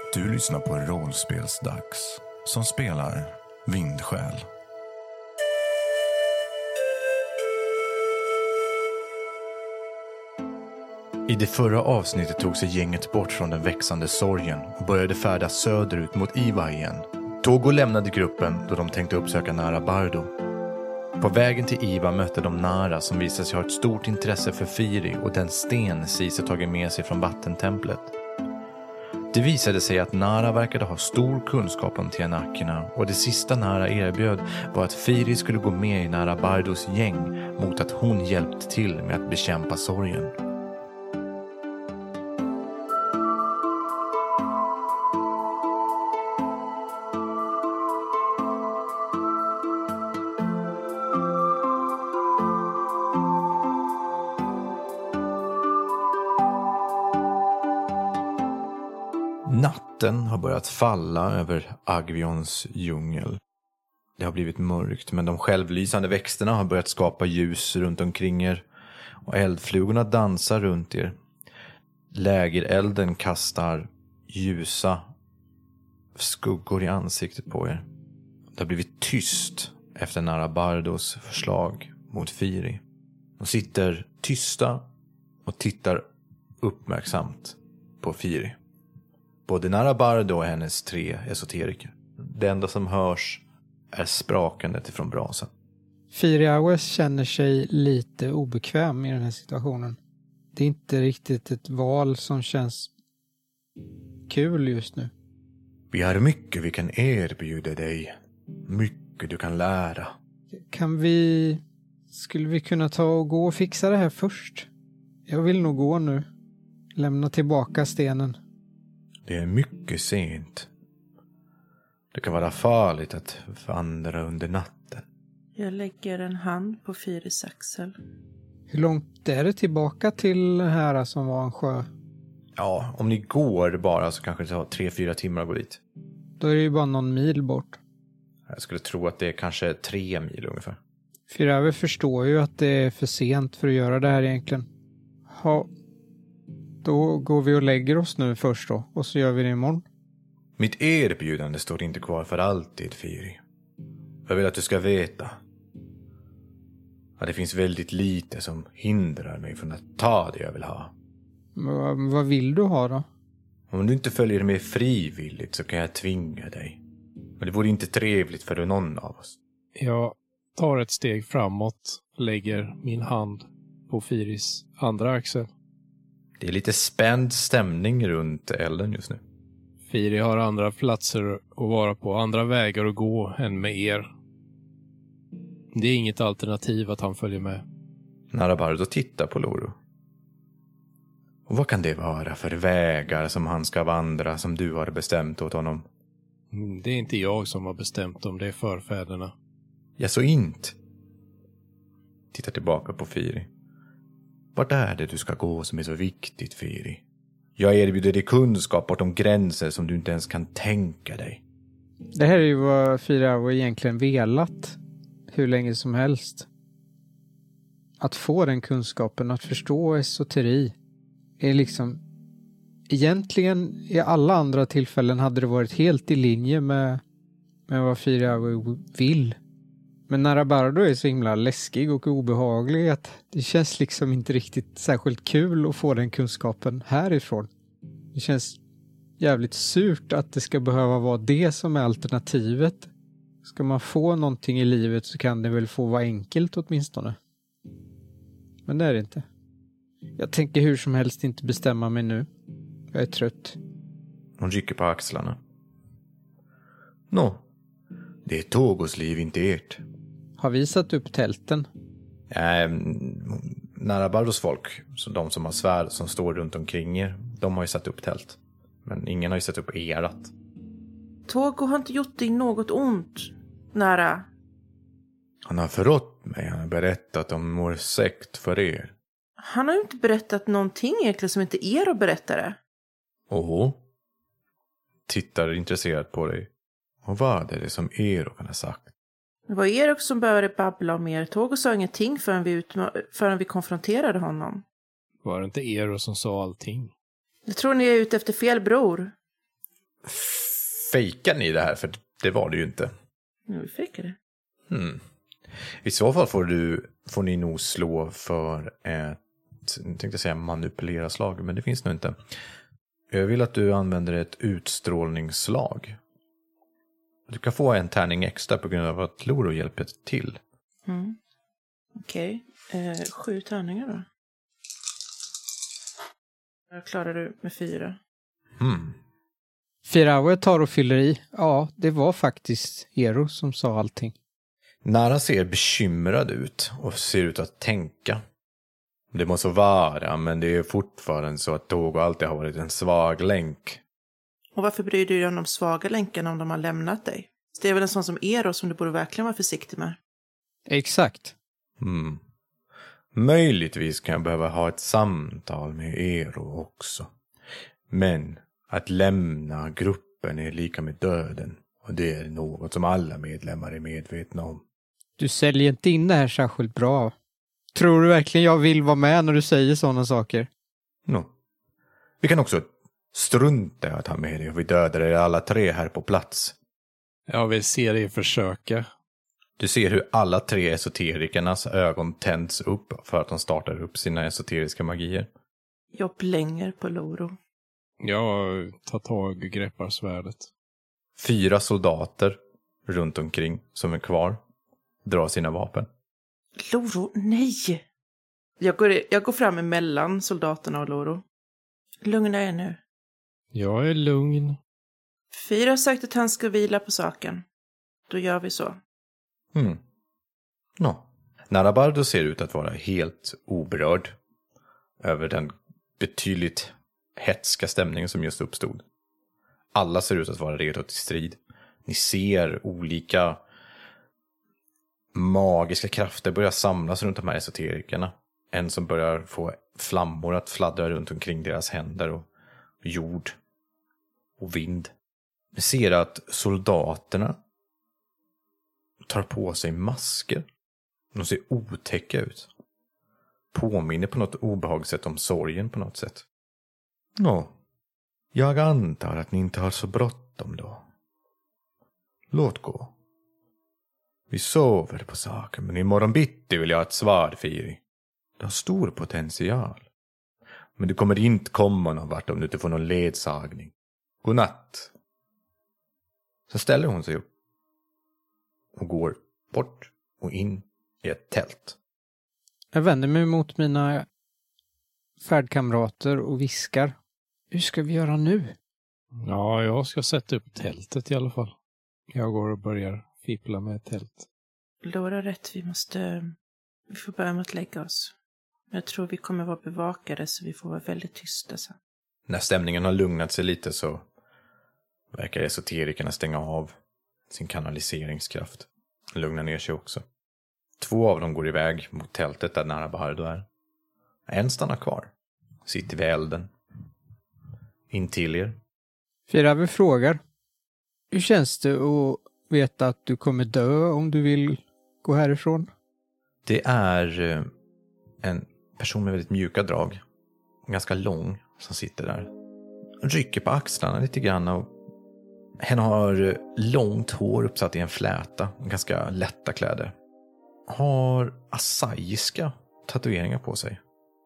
Du lyssnar på Rollspelsdags som spelar Vindsjäl. I det förra avsnittet tog sig gänget bort från den växande sorgen och började färdas söderut mot Iva igen. Togo lämnade gruppen då de tänkte uppsöka Nara Bardo. På vägen till Iva mötte de Nara som visade sig ha ett stort intresse för Firi och den sten Sise tagit med sig från vattentemplet. Det visade sig att Nara verkade ha stor kunskap om Tianakerna och det sista Nara erbjöd var att Firi skulle gå med i Nara Bardos gäng mot att hon hjälpte till med att bekämpa sorgen. Natten har börjat falla över Agvions djungel. Det har blivit mörkt, men de självlysande växterna har börjat skapa ljus runt omkring er och eldflugorna dansar runt er. Lägerelden kastar ljusa skuggor i ansiktet på er. Det har blivit tyst efter Nara Bardos förslag mot Firi. De sitter tysta och tittar uppmärksamt på Firi. Både Nara Bardo och hennes 3 esoteriker. Det enda som hörs är sprakandet ifrån brasan. Firi Awes känner sig lite obekväm i den här situationen. Det är inte riktigt ett val som känns kul just nu. Vi har mycket vi kan erbjuda dig. Mycket du kan lära. Skulle vi kunna ta och gå och fixa det här först? Jag vill nog gå nu. Lämna tillbaka stenen. Det är mycket sent. Det kan vara farligt att vandra under natten. Jag lägger en hand på Firis axel. Hur långt är det tillbaka till det här som var en sjö? Ja, om ni går bara så kanske det tar 3-4 timmar att gå dit. Då är det ju bara någon mil bort. Jag skulle tro att det är kanske 3 mil ungefär. Firave förstår ju att det är för sent för att göra det här egentligen. Då går vi och lägger oss nu först då. Och så gör vi det imorgon. Mitt erbjudande står inte kvar för alltid, Firi. Jag vill att du ska veta att det finns väldigt lite som hindrar mig från att ta det jag vill ha. Vad vill du ha då? Om du inte följer med frivilligt så kan jag tvinga dig. Men det vore inte trevligt för någon av oss. Jag tar ett steg framåt, lägger min hand på Firis andra axel. Det är lite spänd stämning runt elden just nu. Firi har andra platser att vara på, andra vägar att gå än med er. Det är inget alternativ att han följer med. Nara Bardo tittar på Loro. Och vad kan det vara för vägar som han ska vandra som du har bestämt åt honom? Det är inte jag som har bestämt dem, det är förfäderna. Ja, så inte. Tittar tillbaka på Firi. Vart är det du ska gå som är så viktigt, Firi? Jag erbjuder dig kunskap bortom gränser som du inte ens kan tänka dig. Det här är ju vad Firao egentligen velat hur länge som helst. Att få den kunskapen, att förstå esoteri är liksom egentligen i alla andra tillfällen hade det varit helt i linje med vad Firao vill. Men Nara Bardo är så himla läskig och obehaglig att det känns liksom inte riktigt särskilt kul att få den kunskapen härifrån. Det känns jävligt surt att det ska behöva vara det som är alternativet. Ska man få någonting i livet så kan det väl få vara enkelt åtminstone. Men det är det inte. Jag tänker hur som helst inte bestämma mig nu. Jag är trött. Hon rycker på axlarna. Det är Togos liv, inte ert. Har vi satt upp tälten? Nara Bardos folk, så de som har svärd som står runt omkring er, de har ju satt upp tält. Men ingen har ju satt upp erat. Togo har inte gjort dig något ont, Nara. Han har förrått mig, han har berättat om vår sekt för er. Han har ju inte berättat någonting egentligen som inte er att berätta det. Åh. Tittar intresserat på dig. Och vad är det som Erok har sagt? Det var Erok som började babbla om er. Togo sa ingenting förrän vi konfronterade honom. Var det inte Erok som sa allting? Jag tror ni är ute efter fel bror. Fejkar ni det här? För det var det ju inte. Nu fejkar det. I så fall får ni nog slå för ett, jag tänkte säga manipulera slag, men det finns nog inte. Jag vill att du använder ett utstrålningsslag. Du kan få en tärning extra på grund av att Loro hjälper till. Okej. 7 tärningar då. Jag klarar du med 4. Firawe tar och fyller i. Ja, det var faktiskt Ero som sa allting. Nara ser bekymrad ut och ser ut att tänka. Det måste vara, men det är fortfarande så att Togo alltid har varit en svag länk. Och varför bryr du dig om de svaga länkarna om de har lämnat dig? Så det är väl en sån som Ero som du borde verkligen vara försiktig med. Exakt. Möjligtvis kan jag behöva ha ett samtal med Ero också. Men att lämna gruppen är lika med döden. Och det är något som alla medlemmar är medvetna om. Du säljer inte in det här särskilt bra. Tror du verkligen jag vill vara med när du säger sådana saker? Vi kan också strunta att ha med dig och vi dödar er alla 3 här på plats. Ja, vi ser det försöka. Du ser hur alla 3 esoterikernas ögon tänds upp för att de startar upp sina esoteriska magier. Jag blänger på Loro. Jag tar tag och greppar svärdet. 4 soldater runt omkring som är kvar drar sina vapen. Loro, nej! Jag går fram emellan soldaterna och Loro. Lugna er nu. Jag är lugn. 4 har sagt att han ska vila på saken. Då gör vi så. Narabardo ser ut att vara helt oberörd över den betydligt hetska stämningen som just uppstod. Alla ser ut att vara redo till strid. Ni ser olika magiska krafter börja samlas runt de här esoterikerna. En som börjar få flammor att fladdra runt omkring deras händer och jord och vind. Ni ser att soldaterna tar på sig masker. De ser otäcka ut. Påminner på något obehagssätt om sorgen på något sätt. Jag antar att ni inte har så bråttom då. Låt gå. Vi sover på saken, men imorgon bitti vill jag ha ett svar, Firi. Du har stor potential. Men du kommer inte komma någon vart om du inte får någon ledsagning. Godnatt. Så ställer hon sig upp och går bort och in i ett tält. Jag vänder mig mot mina färdkamrater och viskar. Hur ska vi göra nu? Ja, jag ska sätta upp tältet i alla fall. Jag går och börjar fippla med ett tält. Lora rätt, vi får börja med att lägga oss. Jag tror vi kommer vara bevakade så vi får vara väldigt tysta sen. När stämningen har lugnat sig lite så verkar esoterikerna stänga av sin kanaliseringskraft. Lugna ner sig också. 2 av dem går iväg mot tältet där Narabardo är. En stannar kvar. Sitter vid elden. Intill er. Firawe frågar. Hur känns det att veta att du kommer dö om du vill gå härifrån? Det är en person med väldigt mjuka drag. Ganska lång som sitter där. Rycker på axlarna lite grann och hen har långt hår uppsatt i en fläta. Ganska lätta kläder. Har asaiska tatueringar på sig.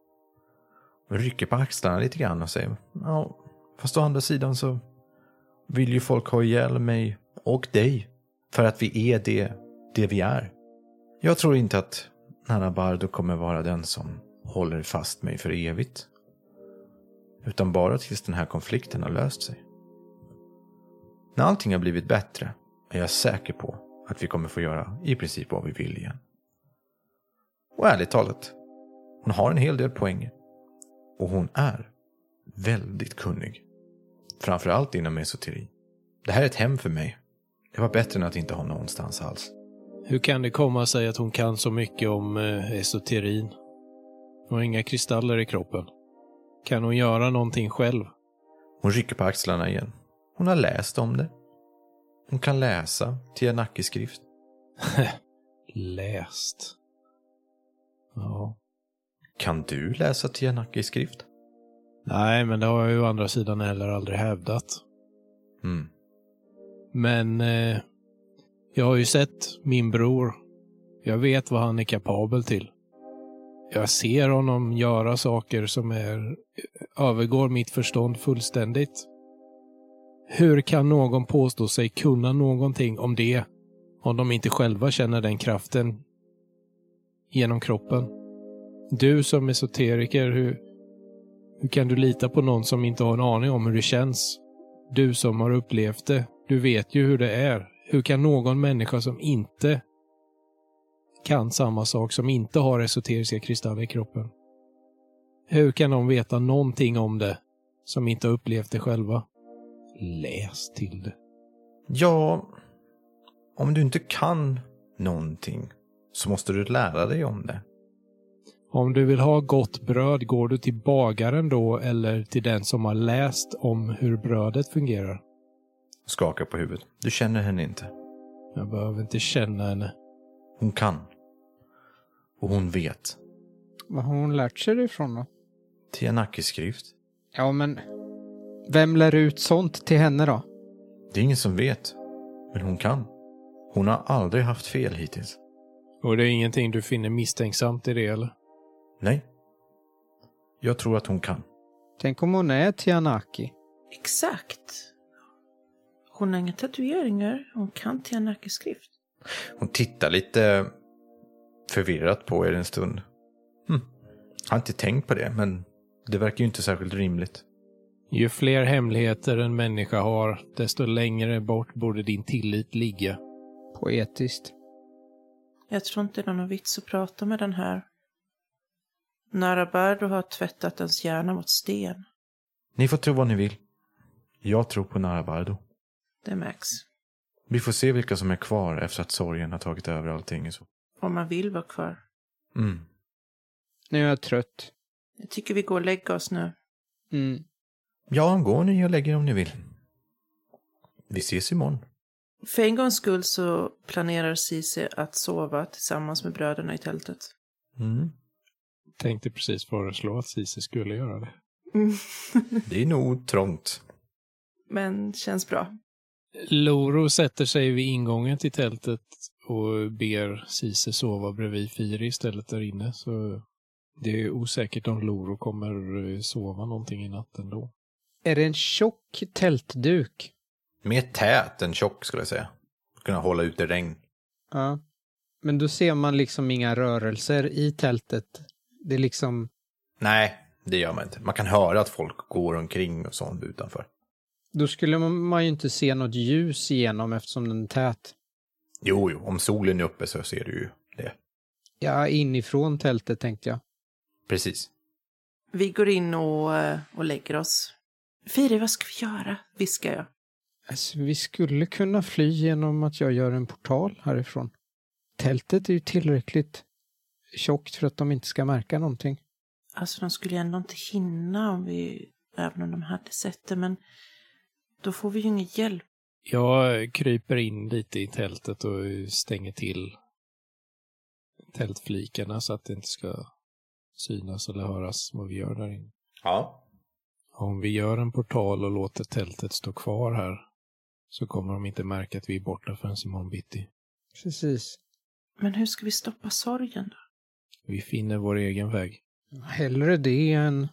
Rycker på axlarna lite grann och säger ja, fast å andra sidan så vill ju folk ha ihjäl mig och dig för att vi är det vi är. Jag tror inte att Narabardo kommer vara den som håller fast mig för evigt. Utan bara tills den här konflikten har löst sig. När allting har blivit bättre är jag säker på att vi kommer få göra i princip vad vi vill igen. Och ärligt talat, hon har en hel del poänger. Och hon är väldigt kunnig. Framförallt inom esoteri. Det här är ett hem för mig. Det var bättre än att inte ha någonstans alls. Hur kan det komma sig att hon kan så mycket om esoterin? Hon har inga kristaller i kroppen. Kan hon göra någonting själv? Hon rycker på axlarna igen. Hon har läst om det. Hon kan läsa Tianaki-skrift. Läst. Ja. Kan du läsa Tianaki-skrift? Nej, men det har jag ju å andra sidan heller aldrig hävdat. Mm. Men jag har ju sett min bror. Jag vet vad han är kapabel till. Jag ser honom göra saker som övergår mitt förstånd fullständigt. Hur kan någon påstå sig kunna någonting om det om de inte själva känner den kraften genom kroppen? Du som esoteriker, hur kan du lita på någon som inte har en aning om hur det känns? Du som har upplevt det, du vet ju hur det är. Hur kan någon människa som inte kan samma sak, som inte har esoteriska kristaller i kroppen, hur kan de veta någonting om det som inte har upplevt det själva? Läs till det. Ja, om du inte kan någonting så måste du lära dig om det. Om du vill ha gott bröd, går du till bagaren då eller till den som har läst om hur brödet fungerar? Skaka på huvudet. Du känner henne inte. Jag behöver inte känna henne. Hon kan. Och hon vet. Vad har hon lärt sig ifrån då? Tianaki-skrift. Ja, men vem lär ut sånt till henne då? Det är ingen som vet. Men hon kan. Hon har aldrig haft fel hittills. Och det är ingenting du finner misstänksamt i det, eller? Nej. Jag tror att hon kan. Tänk om hon är Tianaki. Exakt. Hon har inga tatueringar. Hon kan Tianaki-skrift. Hon tittar lite förvirrat på er en stund. Jag har inte tänkt på det, men det verkar ju inte särskilt rimligt. Ju fler hemligheter en människa har, desto längre bort borde din tillit ligga. Poetiskt. Jag tror inte det är någon vits att prata med den här. Narabardo har tvättat ens hjärna mot sten. Ni får tro vad ni vill. Jag tror på Narabardo. Det märks. Vi får se vilka som är kvar efter att sorgen har tagit över allting. Så. Om man vill vara kvar. Nu är jag trött. Jag tycker vi går och lägger oss nu. Ja, gå ni och lägger om ni vill. Vi ses imorgon. För en gångs skull så planerar Cici att sova tillsammans med bröderna i tältet. Tänkte precis föreslå att Cici skulle göra det. Det är nog trångt. Men känns bra. Loro sätter sig vid ingången till tältet och ber Cici sova bredvid Firi istället där inne. Så det är osäkert om Loro kommer sova någonting i natten då. Är det en tjock tältduk? Mer tät än tjock skulle jag säga. Kunna hålla ut i regn. Ja. Men då ser man liksom inga rörelser i tältet. Det är liksom... Nej, det gör man inte. Man kan höra att folk går omkring och sånt utanför. Då skulle man ju inte se något ljus igenom eftersom den är tät. Jo, om solen är uppe så ser du ju det. Ja, inifrån tältet tänkte jag. Precis. Vi går in och lägger oss. Firi, vad ska vi göra? Viskar jag. Alltså, vi skulle kunna fly genom att jag gör en portal härifrån. Tältet är ju tillräckligt tjockt för att de inte ska märka någonting. Alltså de skulle ju ändå inte hinna även om de hade sett det, men då får vi ju ingen hjälp. Jag kryper in lite i tältet och stänger till tältflikarna så att det inte ska synas eller höras vad vi gör där inne. Ja. Om vi gör en portal och låter tältet stå kvar här så kommer de inte märka att vi är borta förrän imorgon bitti. Precis. Men hur ska vi stoppa sorgen då? Vi finner vår egen väg. Hellre det än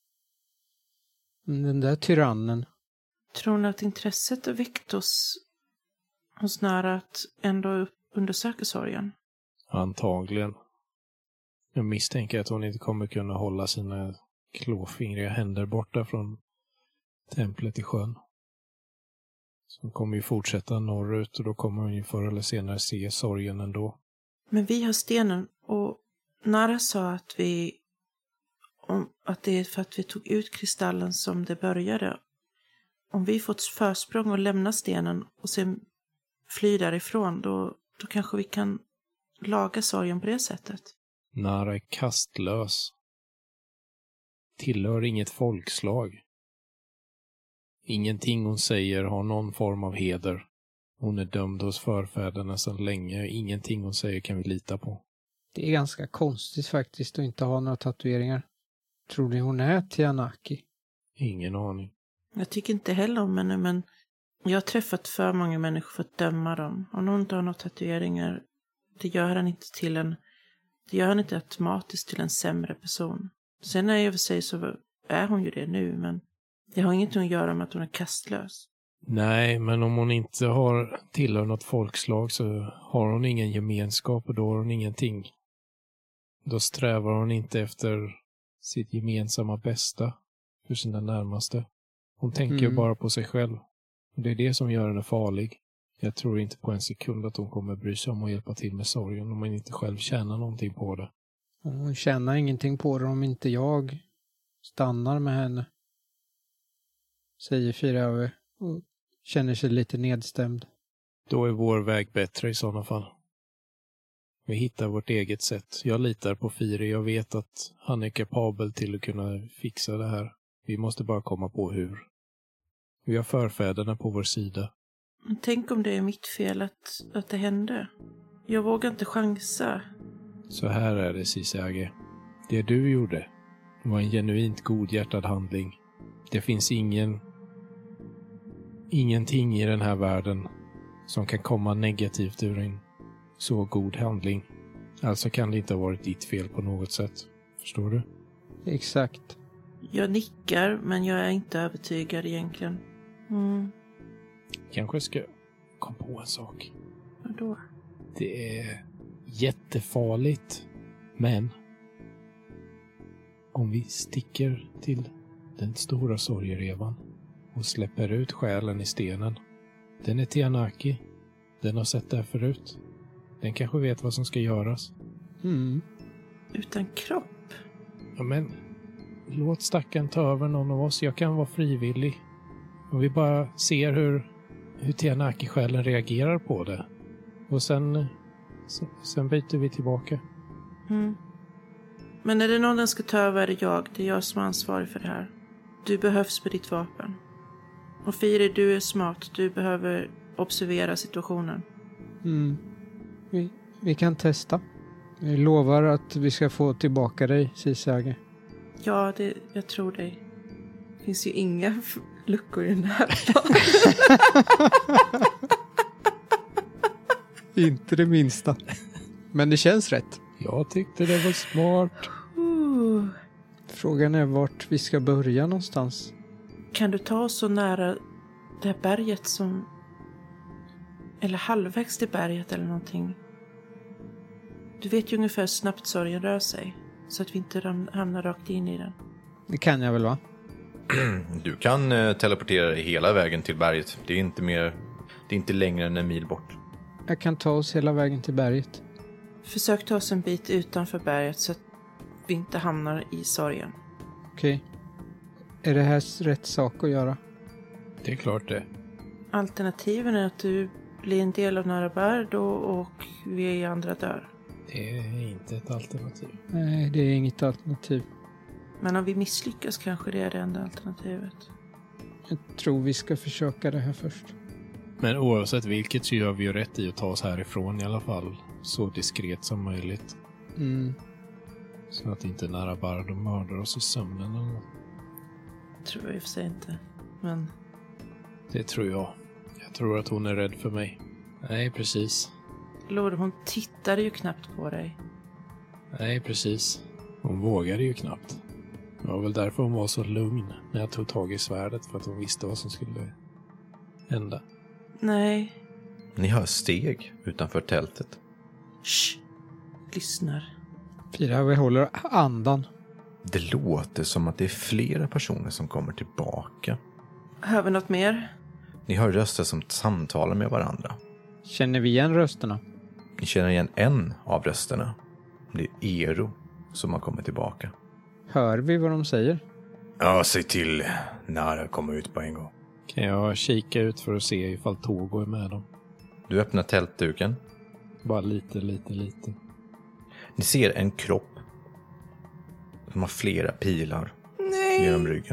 den där tyrannen. Tror ni att intresset har väckt oss hos Nara att ändå undersöka sorgen? Antagligen. Jag misstänker att hon inte kommer kunna hålla sina klåfingriga händer borta från templet i sjön. Så hon kommer ju fortsätta norrut och då kommer hon ju förr eller senare se sorgen ändå. Men vi har stenen och Nara sa att att det är för att vi tog ut kristallen som det började. Om vi fått försprång och lämna stenen och sen fly därifrån, då kanske vi kan laga sorgen på det sättet. Nara är kastlös. Tillhör inget folkslag. Ingenting hon säger har någon form av heder. Hon är dömd hos förfäderna sedan länge. Ingenting hon säger kan vi lita på. Det är ganska konstigt faktiskt att inte ha några tatueringar. Tror ni hon är Tianaki? Ingen aning. Jag tycker inte heller om henne, men Jag har träffat för många människor för att döma dem. Om någon inte har några tatueringar, det gör han inte automatiskt till en sämre person. Sen i och för sig så är hon ju det nu, men det har inget att göra med att hon är kastlös. Nej, men om hon inte tillhör något folkslag så har hon ingen gemenskap och då har hon ingenting. Då strävar hon inte efter sitt gemensamma bästa för sina närmaste. Hon tänker ju bara på sig själv. Och det är det som gör henne farlig. Jag tror inte på en sekund att hon kommer bry sig om att hjälpa till med sorgen om man inte själv tjänar någonting på det. Hon tjänar ingenting på det om inte jag stannar med henne, säger Fyröver och känner sig lite nedstämd. Då är vår väg bättre i sådana fall. Vi hittar vårt eget sätt. Jag litar på Firi. Jag vet att han är kapabel till att kunna fixa det här. Vi måste bara komma på hur. Vi har förfäderna på vår sida. Tänk om det är mitt fel att det hände. Jag vågar inte chansa. Så här är det, Sisage. Det du gjorde var en genuint godhjärtad handling. Det finns ingenting i den här världen som kan komma negativt ur en så god handling. Alltså kan det inte ha varit ditt fel på något sätt. Förstår du? Exakt. Jag nickar, men jag är inte övertygad egentligen. Kanske ska komma på en sak. Vadå? Det är jättefarligt. Men om vi sticker till den stora sorgerevan och släpper ut själen i stenen. Den är Tianaki. Den har sett det förut. Den kanske vet vad som ska göras. Utan kropp? Ja, men låt stackaren ta över någon av oss. Jag kan vara frivillig. Och vi bara ser hur Tianaki-själen reagerar på det. Och sen byter vi tillbaka. Men är det någon den ska ta över är det jag. Det är jag som är ansvarig för det här. Du behövs med ditt vapen. Och Firi, du är smart. Du behöver observera situationen. Vi kan testa. Jag lovar att vi ska få tillbaka dig, Sisage. Ja, jag tror dig. Det finns ju inga luckor i den här planen. Inte det minsta. Men det känns rätt. Jag tyckte det var smart. Frågan är vart vi ska börja någonstans. Kan du ta oss så nära det här berget som... Eller halvvägs till berget eller någonting. Du vet ju ungefär hur snabbt sorgen rör sig. Så att vi inte hamnar rakt in i den. Det kan jag väl, va? Du kan teleportera dig hela vägen till berget. Det är inte längre än en mil bort. Jag kan ta oss hela vägen till berget. Försök ta oss en bit utanför berget så att vi inte hamnar i sorgen. Okej. Är det här rätt sak att göra? Det är klart det. Alternativen är att du blir en del av Narabar då och vi andra dör. Det är inte ett alternativ. Nej, det är inget alternativ. Men om vi misslyckas kanske det är det enda alternativet. Jag tror vi ska försöka det här först. Men oavsett vilket så gör vi ju rätt i att ta oss härifrån i alla fall. Så diskret som möjligt. Så att inte Narabar de mördar oss i sömnen eller något. Tror jag i och för sig inte. Men... Det tror jag. Jag tror att hon är rädd för mig. Nej, precis. Lord, hon tittade ju knappt på dig. Nej, precis. Hon vågade ju knappt. Det var väl därför hon var så lugn när jag tog tag i svärdet. För att hon visste vad som skulle hända. Nej. Ni hör steg utanför tältet. Shh. Lyssnar. Fyra, vi håller andan. Det låter som att det är flera personer som kommer tillbaka. Hör vi något mer? Ni hör röster som samtalar med varandra. Känner vi igen rösterna? Ni känner igen en av rösterna. Det är Ero som har kommit tillbaka. Hör vi vad de säger? Ja, säg till när jag kommer ut på en gång. Kan jag kika ut för att se ifall Togo är med dem? Du öppnar tältduken. Bara lite. Ni ser en kropp som har flera pilar genom ryggen.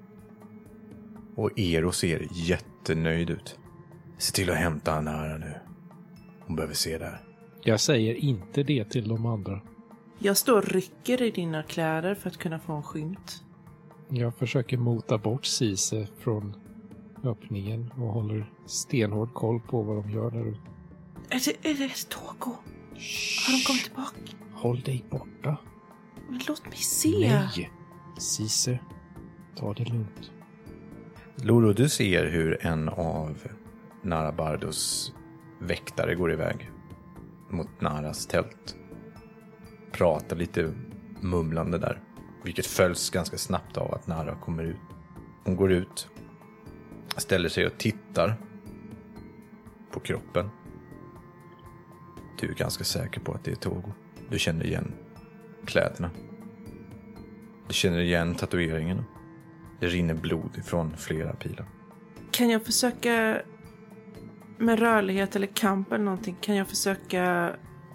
Och Ero ser jättenöjd ut. Se till att hämta henne här nu. Hon behöver se där. Jag säger inte det till de andra. Jag står och rycker i dina kläder för att kunna få en skymt. Jag försöker mota bort Sise från öppningen och håller stenhård koll på vad de gör där ute. Är det Togo? Har de kommit tillbaka? Håll dig borta. Men låt mig se. Nej, Cise. Ta det lugnt. Loro, du ser hur en av Narabardos väktare går iväg mot Naras tält. Pratar lite mumlande där, vilket följs ganska snabbt av att Nara kommer ut. Hon går ut, ställer sig och tittar på kroppen. Du är ganska säker på att det är Togo. Du känner igen kläderna. Du känner igen tatueringarna. Det rinner blod ifrån flera pilar. Kan jag försöka med rörlighet eller kamp eller någonting? Kan jag försöka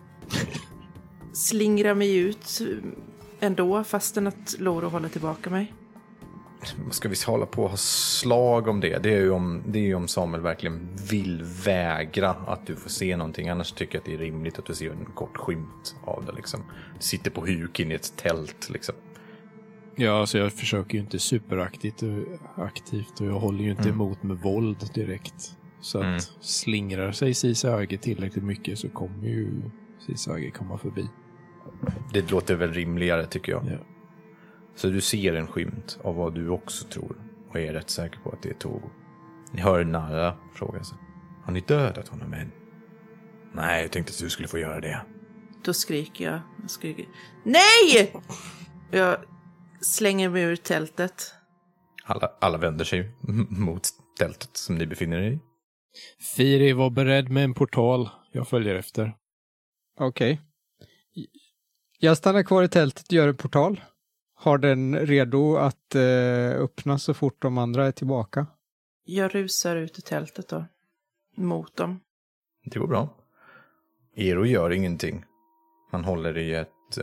slingra mig ut ändå fastän att Loro håller tillbaka mig? Ska vi hålla på och ha slag om det? Det är ju om Samuel verkligen vill vägra att du får se någonting. Annars tycker jag att det är rimligt att du ser en kort skymt av det liksom. Du sitter på huk in i ett tält liksom. Ja, alltså jag försöker ju inte superaktivt och jag håller ju inte emot med våld direkt. Så att slingrar sig Cisage tillräckligt mycket så kommer ju Cisage komma förbi. Det låter väl rimligare tycker jag. Ja. Så du ser en skymt av vad du också tror och är rätt säker på att det är Togo. Ni hör Nara fråga sig. Har ni dödat honom än? Nej, jag tänkte att du skulle få göra det. Då skriker jag. Nej! Jag slänger mig ur tältet. Alla vänder sig mot tältet som ni befinner er i. Firi var beredd med en portal. Jag följer efter. Okej. Jag stannar kvar i tältet och gör en portal. Har den redo att öppna så fort de andra är tillbaka? Jag rusar ut i tältet då. Mot dem. Det går bra. Ero gör ingenting. Han håller i ett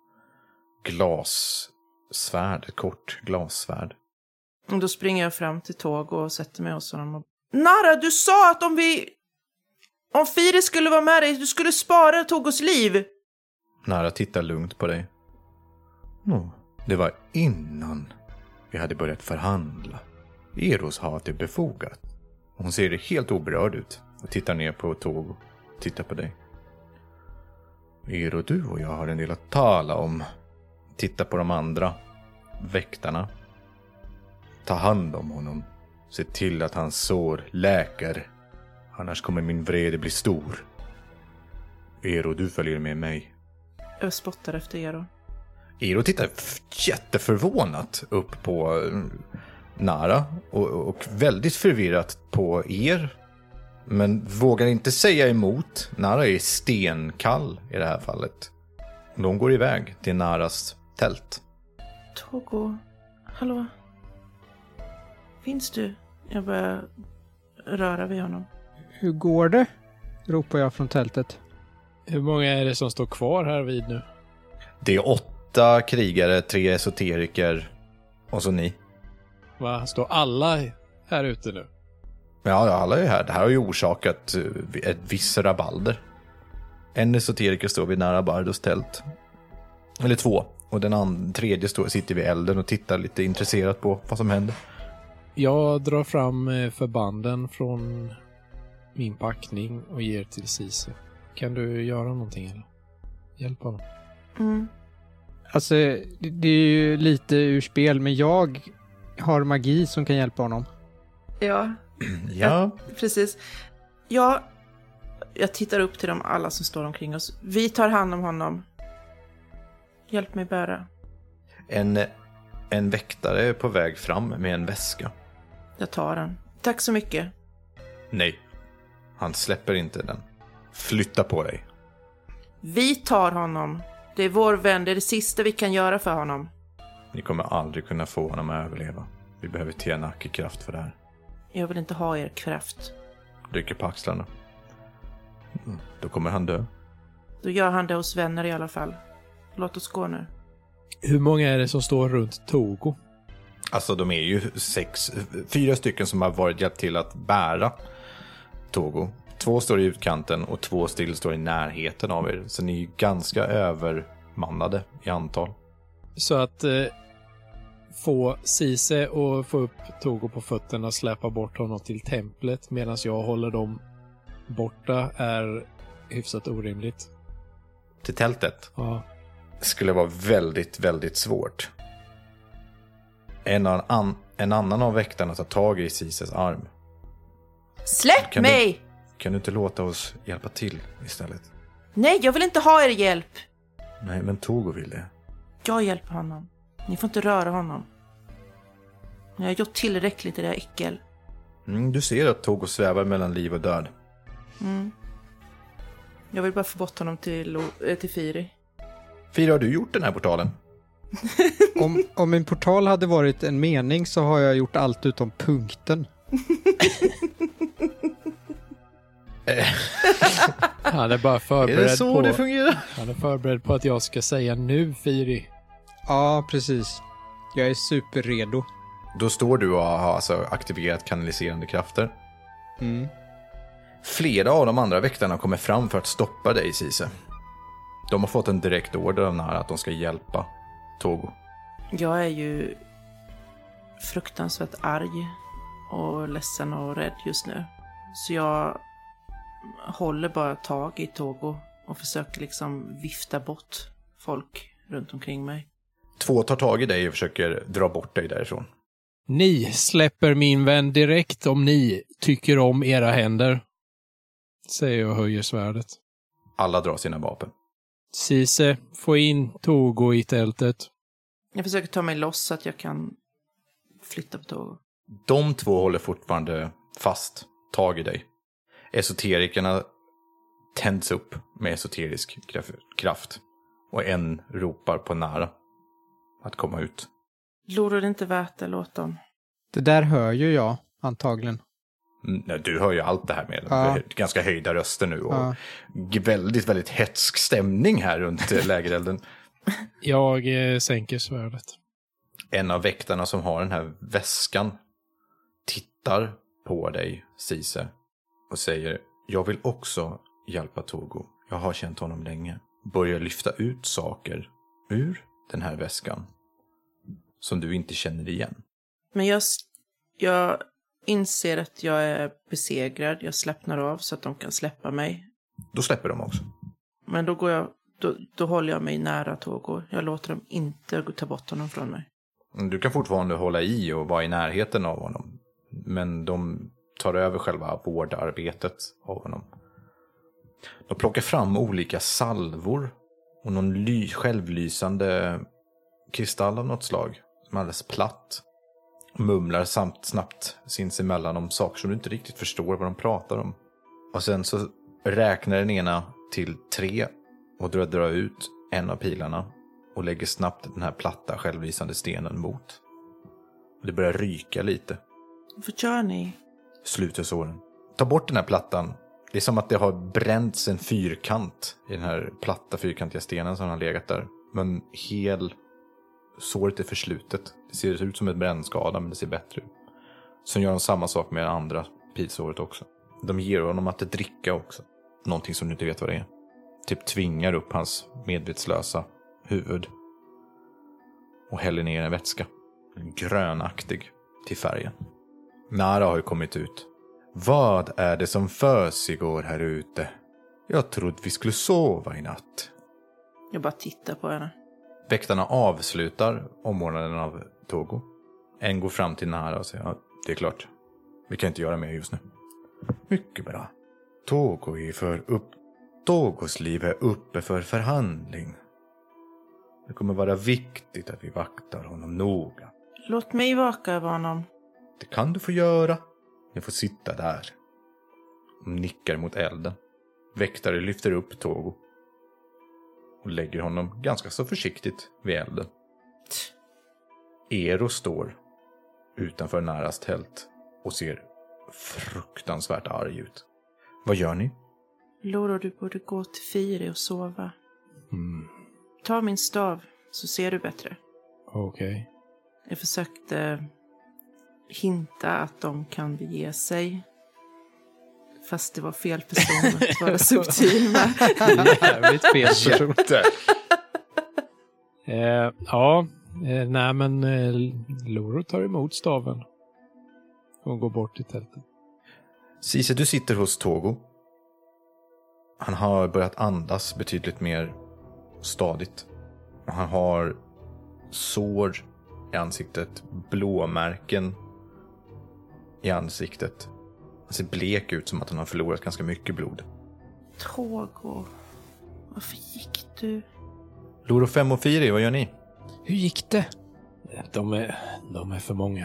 glassvärd, ett kort glassvärd. Och då springer jag fram till Togo och sätter mig hos honom. Nara, du sa att om Firi skulle vara med dig, du skulle spara Togos liv. Nara tittar lugnt på dig. Det var innan vi hade börjat förhandla. Eros hat är befogat. Hon ser helt oberörd ut och tittar ner på Togo. Tittar på dig. Ero, du och jag har en del att tala om. Titta på de andra väktarna. Ta hand om honom. Se till att hans sår läker. Annars kommer min vrede bli stor. Ero, du följer med mig. Jag spottar efter Ero. Ero tittar jätteförvånat upp på Nara och väldigt förvirrat på er. Men vågar inte säga emot. Nara är stenkall i det här fallet. De går iväg till Naras tält. Togo, hallå? Finns du? Jag börjar röra vid honom. Hur går det? Ropar jag från tältet. Hur många är det som står kvar här vid nu? Det är 8 krigare, 3 esoteriker och så ni. Va? Står alla här ute nu? Ja, alla är här. Det här har ju orsakat ett viss rabalder. En esoteriker står vid Narabardos tält. Eller 2. Och den tredje sitter vid elden och tittar lite intresserat på vad som händer. Jag drar fram förbanden från min packning och ger till Cise. Kan du göra någonting eller? Hjälp honom. Alltså, det är ju lite ur spel, men jag har magi som kan hjälpa honom. Ja, precis. Jag tittar upp till dem alla som står omkring oss. Vi tar hand om honom. Hjälp mig bära. En väktare är på väg fram med en väska. Jag tar den. Tack så mycket. Nej, han släpper inte den. Flytta på dig. Vi tar honom. Det är vår vän. Det är det sista vi kan göra för honom. Ni kommer aldrig kunna få honom att överleva. Vi behöver Tianaki-kraft för det här. Jag vill inte ha er kraft. Rycker på axlarna. Då kommer han dö. Då gör han det hos vänner i alla fall. Låt oss gå nu. Hur många är det som står runt Togo? Alltså de är ju 4 stycken som har varit hjälpt till att bära Togo. 2 står i utkanten och 2 still står i närheten av er. Så ni är ju ganska övermannade i antal. Så att få Cise och få upp Togo på fötterna och släppa bort honom till templet medan jag håller dem borta är hyfsat orimligt. Till tältet? Ja. Skulle vara väldigt, väldigt svårt. En annan av väktarna tar tag i Cises arm. Släpp mig! Kan du inte låta oss hjälpa till istället? Nej, jag vill inte ha er hjälp. Nej, men Togo vill det. Jag hjälper honom. Ni får inte röra honom. Jag har gjort tillräckligt i det här äckel. Du ser att Togo svävar mellan liv och död. Jag vill bara få bort honom till Firi. Firi, har du gjort den här portalen? Om en portal hade varit en mening så har jag gjort allt utom punkten. Han är bara förberedd Är det så på... det fungerar? Han är förberedd på att jag ska säga nu, Firi. Ja, precis. Jag är superredo. Då står du och har alltså aktiverat kanaliserande krafter. Flera av de andra väktarna kommer fram för att stoppa dig, Cise. De har fått en direkt order av Nara att de ska hjälpa Togo. Jag är ju fruktansvärt arg och ledsen och rädd just nu. Så jag håller bara tag i Togo och försöker liksom vifta bort folk runt omkring mig. 2 tar tag i dig och försöker dra bort dig därifrån. Ni släpper min vän direkt om ni tycker om era händer, säger jag och höjer svärdet. Alla drar sina vapen. Cise, få in Togo i tältet. Jag försöker ta mig loss så att jag kan flytta på Togo. De 2 håller fortfarande fast tag i dig. Esoterikerna tänds upp med esoterisk kraft. Och en ropar på Nara att komma ut. Loro, det är inte värt det, låt dem. Det där hör ju jag, antagligen. Nej, du hör ju allt det här med ganska höjda röster nu. Och väldigt, väldigt hetsk stämning här runt lägerelden. Jag sänker svärdet. En av väktarna som har den här väskan tittar på dig, Cise, och säger: jag vill också hjälpa Togo. Jag har känt honom länge. Börjar lyfta ut saker ur den här väskan som du inte känner igen. Men jag inser att jag är besegrad. Jag släppnar av så att de kan släppa mig. Då släpper de också. Men då håller jag mig nära Togo. Jag låter dem inte ta bort honom från mig. Du kan fortfarande hålla i och vara i närheten av honom. Men de tar över själva vårdarbetet av honom. De plockar fram olika salvor och någon självlysande kristall av något slag som är alldeles platt. Mumlar samt snabbt sinsemellan om saker som du inte riktigt förstår vad de pratar om. Och sen så räknar den ena till 3 och drar ut en av pilarna och lägger snabbt den här platta självlysande stenen mot. Det börjar ryka lite. Vad gör ni? Sluter såren. Ta bort den här plattan. Det är som att det har bränts en fyrkant i den här platta fyrkantiga stenen som har legat där. Men såret är förslutet. Det ser ut som ett brännskada, men det ser bättre ut. Så gör de samma sak med det andra pilsåret också. De ger honom att dricka också. Någonting som du inte vet vad det är. Typ tvingar upp hans medvetslösa huvud. Och häller ner en vätska. Grönaktig till färgen. Nara har ju kommit ut. Vad är det som försiggår här ute? Jag trodde vi skulle sova i natt. Jag bara tittar på henne. Väktarna avslutar omordnaden av Togo. En går fram till Nara och säger: ja, det är klart. Vi kan inte göra mer just nu. Mycket bra. Togos liv är uppe för förhandling. Det kommer vara viktigt att vi vaktar honom noga. Låt mig vaka över honom. Det kan du få göra. Jag får sitta där. De nickar mot elden. Väktare lyfter upp Togo och lägger honom ganska så försiktigt vid elden. Ero står utanför Naras tält och ser fruktansvärt arg ut. Vad gör ni? Loro, du borde gå till Firi och sova. Ta min stav så ser du bättre. Okej. Jag försökte hinta att de kan bege sig. Fast det var fel person att vara subtil med. Jävligt fel person. Jätte. Ja, Nej, men Loro tar emot staven och går bort till tältet. Cise, du sitter hos Togo. Han har börjat andas betydligt mer stadigt. Och han har sår i ansiktet, blåmärken i ansiktet. Han ser blek ut, som att han har förlorat ganska mycket blod. Togo, varför gick du? Loro 5 och 4, vad gör ni? Hur gick det? De är för många.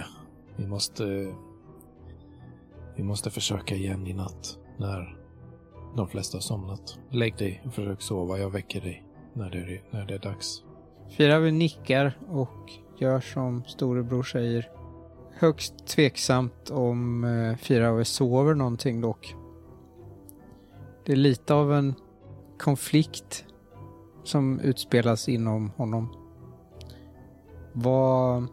Vi måste försöka igen i natt när de flesta har somnat. Lägg dig och försök sova. Jag väcker dig när det är dags. Fyra nickar och gör som storebror säger. Högst tveksamt om Fyra sover någonting dock. Det är lite av en konflikt som utspelas inom honom. Vad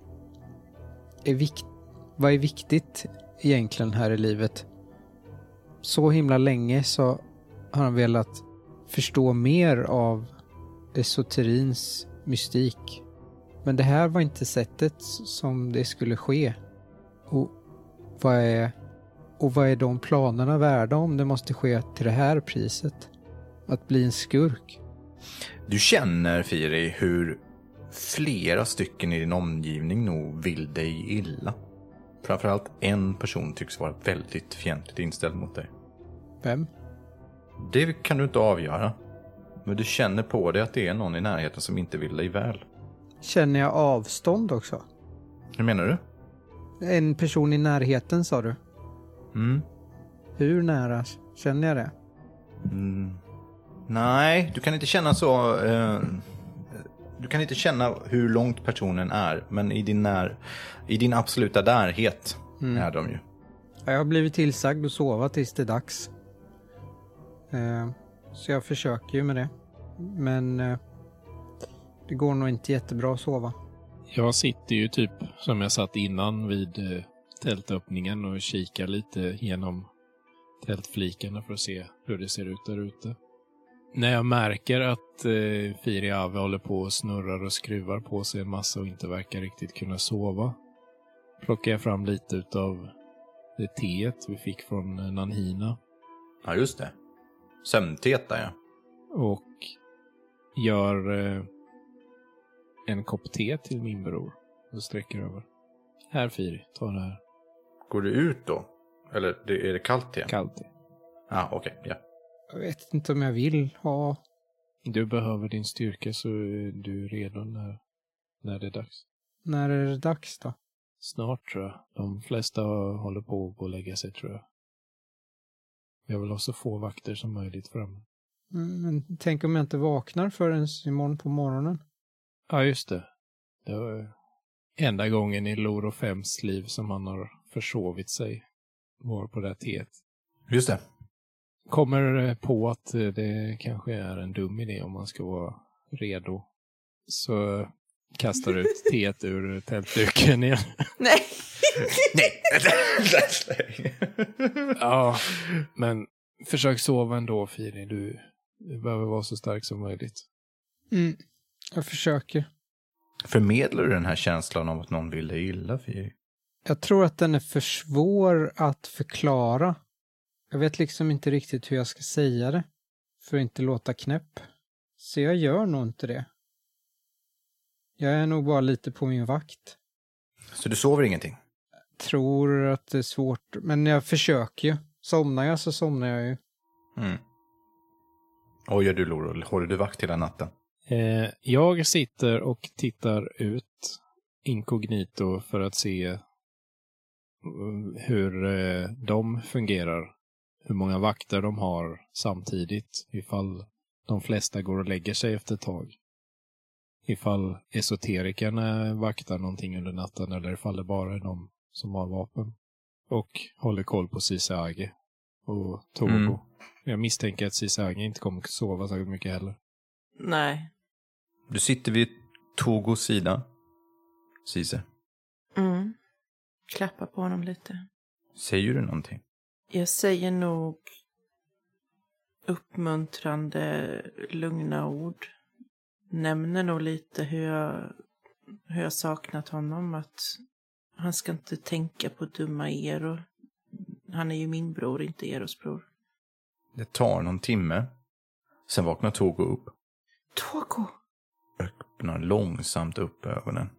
är viktigt egentligen här i livet? Så himla länge så har han velat förstå mer av esoterins mystik. Men det här var inte sättet som det skulle ske. Och vad är de planerna värda om det måste ske till det här priset? Att bli en skurk. Du känner, Firi, hur flera stycken i din omgivning nog vill dig illa. Framförallt en person tycks vara väldigt fientligt inställd mot dig. Vem? Det kan du inte avgöra. Men du känner på dig att det är någon i närheten som inte vill dig väl. Känner jag avstånd också? Hur menar du? En person i närheten, sa du? Mm. Hur nära känner jag det? Nej, du kan inte känna så. Du kan inte känna hur långt personen är. Men i din absoluta närhet är de ju. Jag har blivit tillsagd att sova tills det är dags. Så jag försöker ju med det. Men det går nog inte jättebra att sova. Jag sitter ju typ som jag satt innan vid tältöppningen och kikar lite genom tältflikarna för att se hur det ser ut där ute. När jag märker att Firi Ave håller på och snurrar och skruvar på sig en massa och inte verkar riktigt kunna sova, plockar jag fram lite utav det teet vi fick från Nanhina. Ja, just det. Sömnteet där, ja. Och gör en kopp te till min bror och sträcker över. Här, Firi, ta det här. Går du ut då? Eller är det kallt te? Kallt te. Ja, okej, ja. Jag vet inte om jag vill ha... Du behöver din styrka så är du redo när det är dags. När är det dags då? Snart, tror jag. De flesta håller på att gå och lägga sig, tror jag. Jag vill ha så få vakter som möjligt framme. Men tänk om jag inte vaknar förrän imorgon på morgonen. Ja, just det. Det var enda gången i Loro 5s liv som han har försovit sig. Var på det här teet. Just det. Kommer på att det kanske är en dum idé om man ska vara redo. Så kastar du ut teet ur tältduken igen. Nej! Nej! Ja, men försök sova ändå, Firi. Du behöver vara så stark som möjligt. Jag försöker. Förmedlar du den här känslan av att någon vill dig illa, Firi? Jag tror att den är för svår att förklara. Jag vet liksom inte riktigt hur jag ska säga det. För att inte låta knäpp. Så jag gör nog inte det. Jag är nog bara lite på min vakt. Så du sover ingenting? Tror att det är svårt. Men jag försöker ju. Somnar jag så somnar jag ju. Och gör du, Loro? Håller du vakt hela natten? Jag sitter och tittar ut inkognito för att se hur de fungerar. Hur många vakter de har samtidigt. Ifall de flesta går och lägger sig efter ett tag. Ifall esoterikerna vaktar någonting under natten eller ifall det bara är de som har vapen. Och håller koll på Sisage och Togo. Jag misstänker att Sisage inte kommer att sova så mycket heller. Nej. Du sitter vid Togos sida, Cise. Klappa på honom lite. Säger du någonting? Jag säger nog uppmuntrande, lugna ord. Nämner nog lite hur jag hur jag saknat honom. Att han ska inte tänka på dumma Ero. Han är ju min bror, inte Eros bror. Det tar någon timme. Sen vaknar Togo upp. Togo! Öppnar långsamt upp ögonen.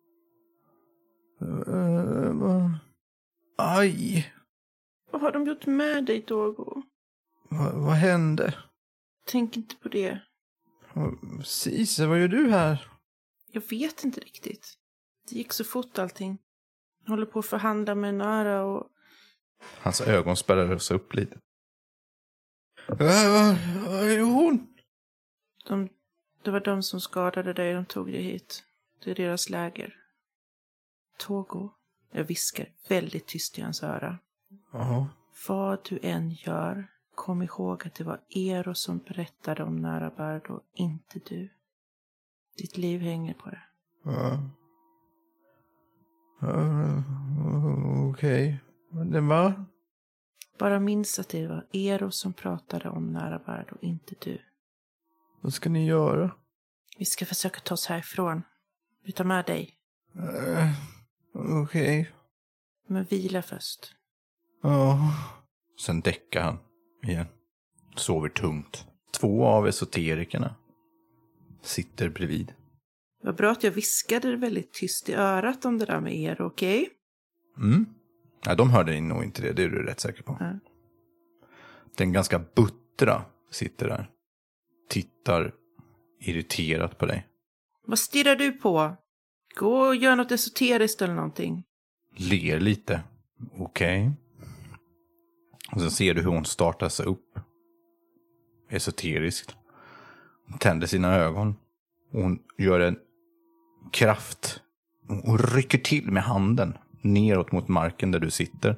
Aj! Vad har de gjort med dig, Togo? Vad hände? Tänk inte på det. Cise, vad gör du här? Jag vet inte riktigt. Det gick så fort allting. Jag håller på att förhandla med Nara och... Hans ögon spärrades upp lite. Vad är hon? Det var de som skadade dig. De tog dig hit. Det är deras läger. Togo. Jag viskar väldigt tyst i hans öra. Ja. Vad du än gör, kom ihåg att det var Ero som berättade om Narabard och inte du. Ditt liv hänger på det. Okej. Det var? Bara minns att det var Ero som pratade om Narabard och inte du. Vad ska ni göra? Vi ska försöka ta oss härifrån. Vi tar med dig. Okej. Men vila först. Ja. Sen däckar han igen. Sover tungt. 2 av esoterikerna sitter bredvid. Vad bra att jag viskade väldigt tyst i örat om det där med er, okej? Ja, de hörde nog inte det är du rätt säker på. Ja. Den ganska buttra sitter där. Tittar irriterat på dig. Vad stirrar du på? Gå och gör något esoteriskt eller någonting. Ler lite. Okej. Och så ser du hur hon startar sig upp. Esoteriskt. Hon tänder sina ögon. Och hon gör en kraft. Och rycker till med handen. Neråt mot marken där du sitter.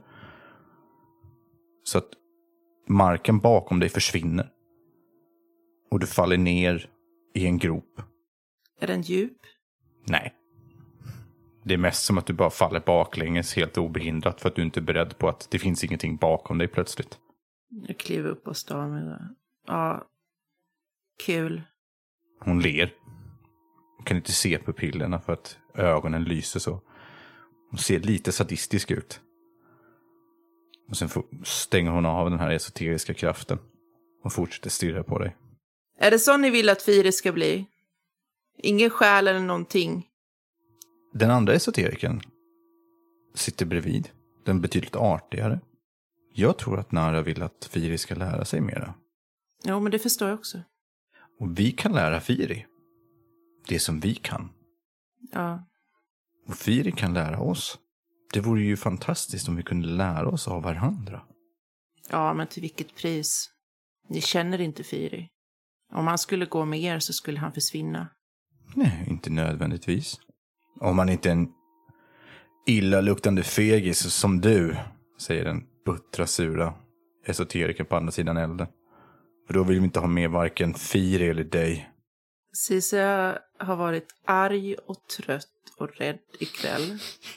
Så att marken bakom dig försvinner. Och du faller ner i en grop. Är den djup? Nej. Det är mest som att du bara faller baklänges helt obehindrat för att du inte är beredd på att det finns ingenting bakom dig plötsligt. Jag kliver upp och står med det. Ja, kul. Hon ler. Hon kan inte se pupillerna för att ögonen lyser så. Hon ser lite sadistisk ut. Och sen stänger hon av den här esoteriska kraften. Och fortsätter stirra på dig. Är det så ni vill att Firi ska bli? Ingen själ eller någonting? Den andra esoteriken sitter bredvid. Den betydligt artigare. Jag tror att Nara vill att Firi ska lära sig mera. Jo, men det förstår jag också. Och vi kan lära Firi det som vi kan. Ja. Och Firi kan lära oss. Det vore ju fantastiskt om vi kunde lära oss av varandra. Ja, men till vilket pris? Ni känner inte Firi. Om han skulle gå med er så skulle han försvinna. Nej, inte nödvändigtvis. Om man inte är en illaluktande fegis som du, säger den buttra sura esoteriken på andra sidan elden. För då vill vi inte ha med varken Firi eller dig. Cisa har varit arg och trött och rädd ikväll.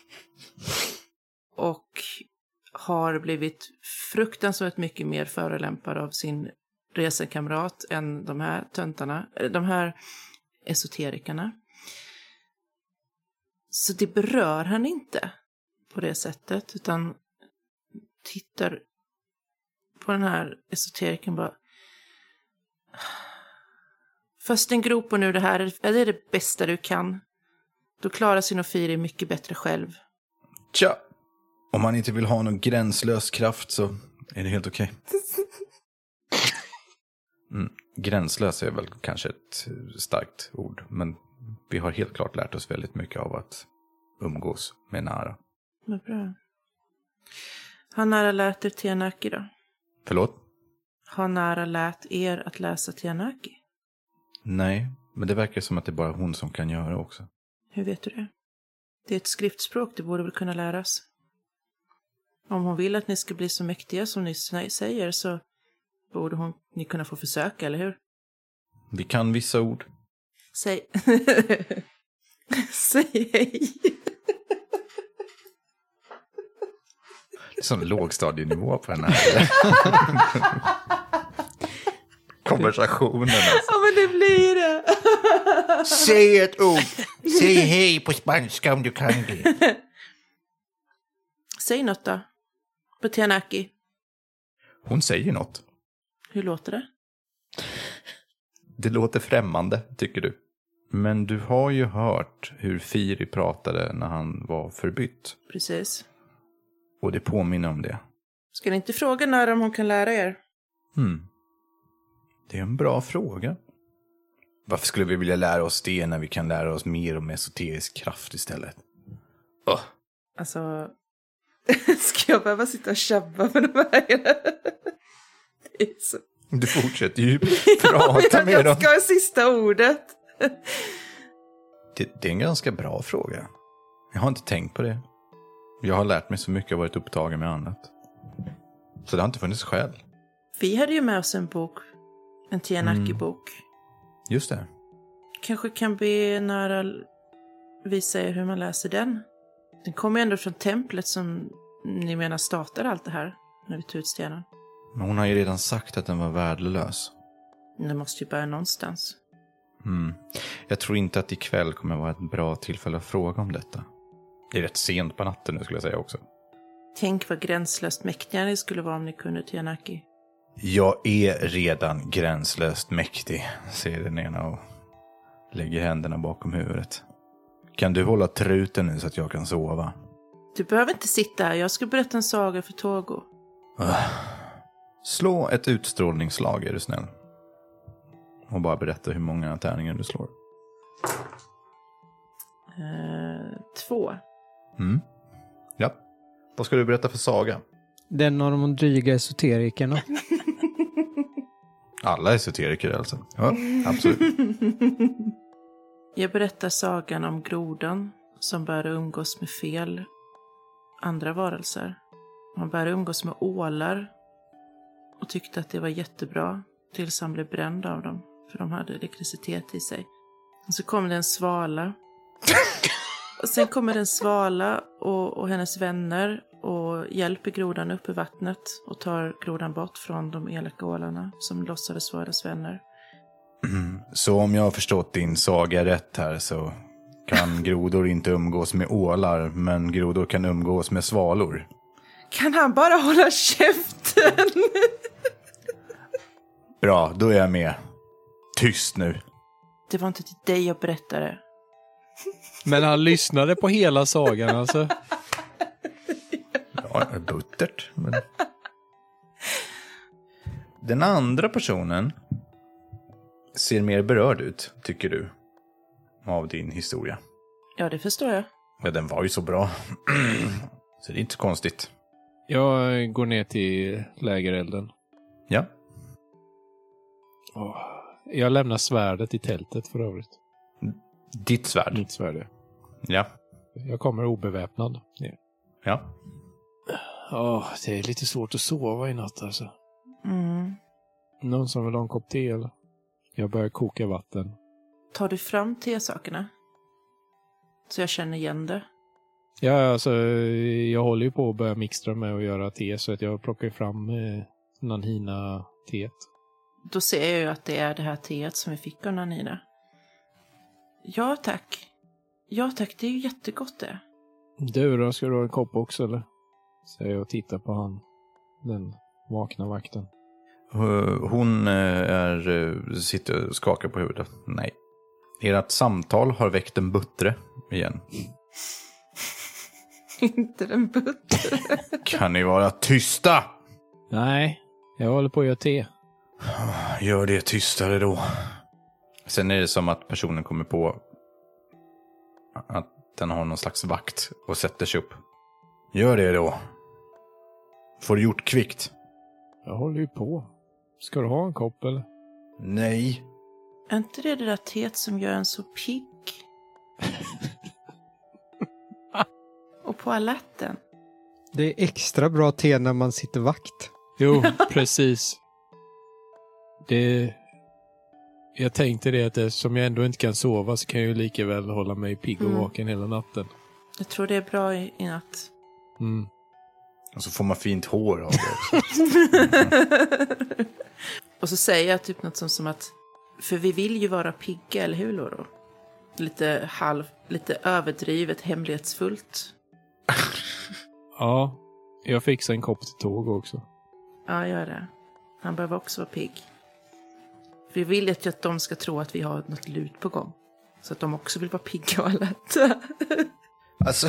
Och har blivit fruktansvärt mycket mer förolämpad av sin resekamrat än de här töntarna, de här esoterikerna. Så det berör han inte på det sättet, utan tittar på den här esoteriken bara. Först en grop och nu det här, är det bästa du kan. Då klarar Sinofiri mycket bättre själv. Tja, om man inte vill ha någon gränslös kraft så är det helt okej. Gränslös är väl kanske ett starkt ord, men vi har helt klart lärt oss väldigt mycket av att umgås med Nara. Vad bra. Har Nara lärt er Tianaki då? Förlåt? Har Nara lärt er att läsa Tianaki? Nej, men det verkar som att det är bara hon som kan göra också. Hur vet du det? Det är ett skriftspråk, det borde väl kunna läras. Om hon vill att ni ska bli så mäktiga som ni säger så borde ni kunna få försöka, eller hur? Vi kan vissa ord. Säg. Säg hej. Det är sån lågstadienivå på den här konversationen. Alltså. Ja, men det blir det. Säg ett ord. Säg hej på spanska om du kan det. Säg något då. På Tianaki. Hon säger något. Hur låter det? Det låter främmande, tycker du. Men du har ju hört hur Firi pratade när han var förbytt. Precis. Och det påminner om det. Ska ni inte fråga Nara om hon kan lära er? Det är en bra fråga. Varför skulle vi vilja lära oss det när vi kan lära oss mer om esoterisk kraft istället? Alltså, ska jag behöva sitta och tjabba med de här? Det är så... Du fortsätter ju prata med dem. Jag ska ha sista ordet. Det är en ganska bra fråga. Jag har inte tänkt på det. Jag har lärt mig så mycket och varit upptagen med annat. Så det har inte funnits skäl. Vi hade ju med oss en bok. En Tianaki-bok. Just det. Kanske kan be Nara visa er hur man läser den. Den kommer ju ändå från templet som ni menar startar allt det här. När vi tog ut stenen. Men hon har ju redan sagt att den var värdelös. Det måste ju börja någonstans. Jag tror inte att ikväll kommer vara ett bra tillfälle att fråga om detta. Det är rätt sent på natten nu skulle jag säga också. Tänk vad gränslöst mäktiga ni skulle vara om ni kunde Tianaki. Jag är redan gränslöst mäktig, säger den ena och lägger händerna bakom huvudet. Kan du hålla truten nu så att jag kan sova? Du behöver inte sitta här, jag ska berätta en saga för Togo. Slå ett utstrålningsslag, är du snäll. Och bara berätta hur många tärningar du slår. 2. Ja. Vad ska du berätta för saga? Den av de dryga esoterikerna. Alla esoteriker alltså. Ja, absolut. Jag berättar sagan om grodan som började umgås med fel andra varelser. Han började umgås med ålar och tyckte att det var jättebra tills han blev bränd av dem. För de hade elektricitet i sig. Och så kom det en svala. Och sen kommer en svala och hennes vänner och hjälper grodan upp i vattnet och tar grodan bort från de elaka ålarna som låtsades vara deras vänner. Så om jag har förstått din saga rätt här så kan grodor inte umgås med ålar, men grodor kan umgås med svalor. Kan han bara hålla käften? Bra, då är jag med. Tyst nu. Det var inte till dig jag berättade. Men han lyssnade på hela sagan alltså. Ja, buttert. Men... Den andra personen ser mer berörd ut, tycker du, av din historia. Ja, det förstår jag. Ja, den var ju så bra. Så det är inte konstigt. Jag går ner till lägerelden. Ja. Jag lämnar svärdet i tältet för övrigt. Ditt svärd? Mitt svärd. Ja. Jag kommer obeväpnad ner. Ja. Det är lite svårt att sova i natt alltså. Någon som vill ha en kopp te eller? Jag börjar koka vatten. Tar du fram tesakerna? Så jag känner igen det. Ja, alltså jag håller ju på att börja mixtra med att göra te så att jag plockar fram Nanhina-teet. Då ser jag ju att det är det här teet som vi fick av Nanhina. Ja, tack. Ja, tack. Det är ju jättegott det. Du då, ska du ha en kopp också eller? Säger jag och tittar på han. Den vakna vakten. Hon sitter och skakar på huvudet. Nej. Ert samtal har väckt en buttre igen. Inte en buttre. Kan ni vara tysta? Nej, jag håller på att göra te. Gör det tystare då. Sen är det som att personen kommer på att den har någon slags vakt och sätter sig upp. Gör det då. Får du gjort kvickt. Jag håller ju på. Ska du ha en kopp eller? Nej. Är inte det där teet som gör en så pigg? Och på alerten. Det är extra bra te när man sitter vakt. Jo, precis. Jag tänkte det att eftersom jag ändå inte kan sova så kan jag ju lika väl hålla mig pigg och vaken hela natten. Jag tror det är bra i natt. Och så får man fint hår av det också. Och så säger jag typ något som att för vi vill ju vara pigga, eller hur Loro? lite överdrivet hemlighetsfullt. Ja, jag fixar en kopp till tåg också. Ja, gör det. Han behöver också vara pigg. Vi vill ju att de ska tro att vi har något lut på gång. Så att de också vill vara pigga och alerta. Alltså...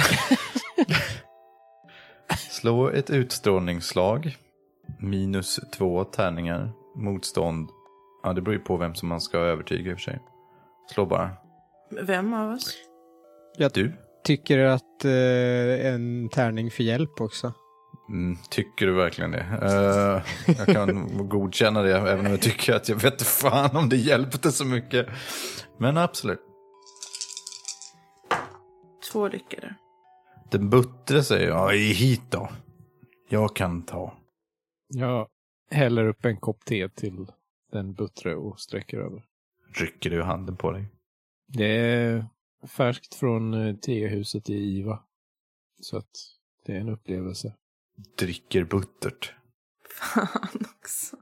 Slå ett utstrålningsslag. -2 tärningar. Motstånd. Ja, det beror ju på vem som man ska övertyga i och för sig. Slå bara. Vem av oss? Du? Tycker att en tärning för hjälp också. Tycker du verkligen det? Jag kan godkänna det, även om jag tycker att jag vet inte fan om det hjälpte så mycket. Men absolut. 2 lyckade. Den buttre säger ja, hit då. Jag kan ta. Jag häller upp en kopp te till den buttre och sträcker över. Rycker du handen på dig? Det är färskt från tehuset i Iva. Så att det är en upplevelse. Dricker buttert. Fan också.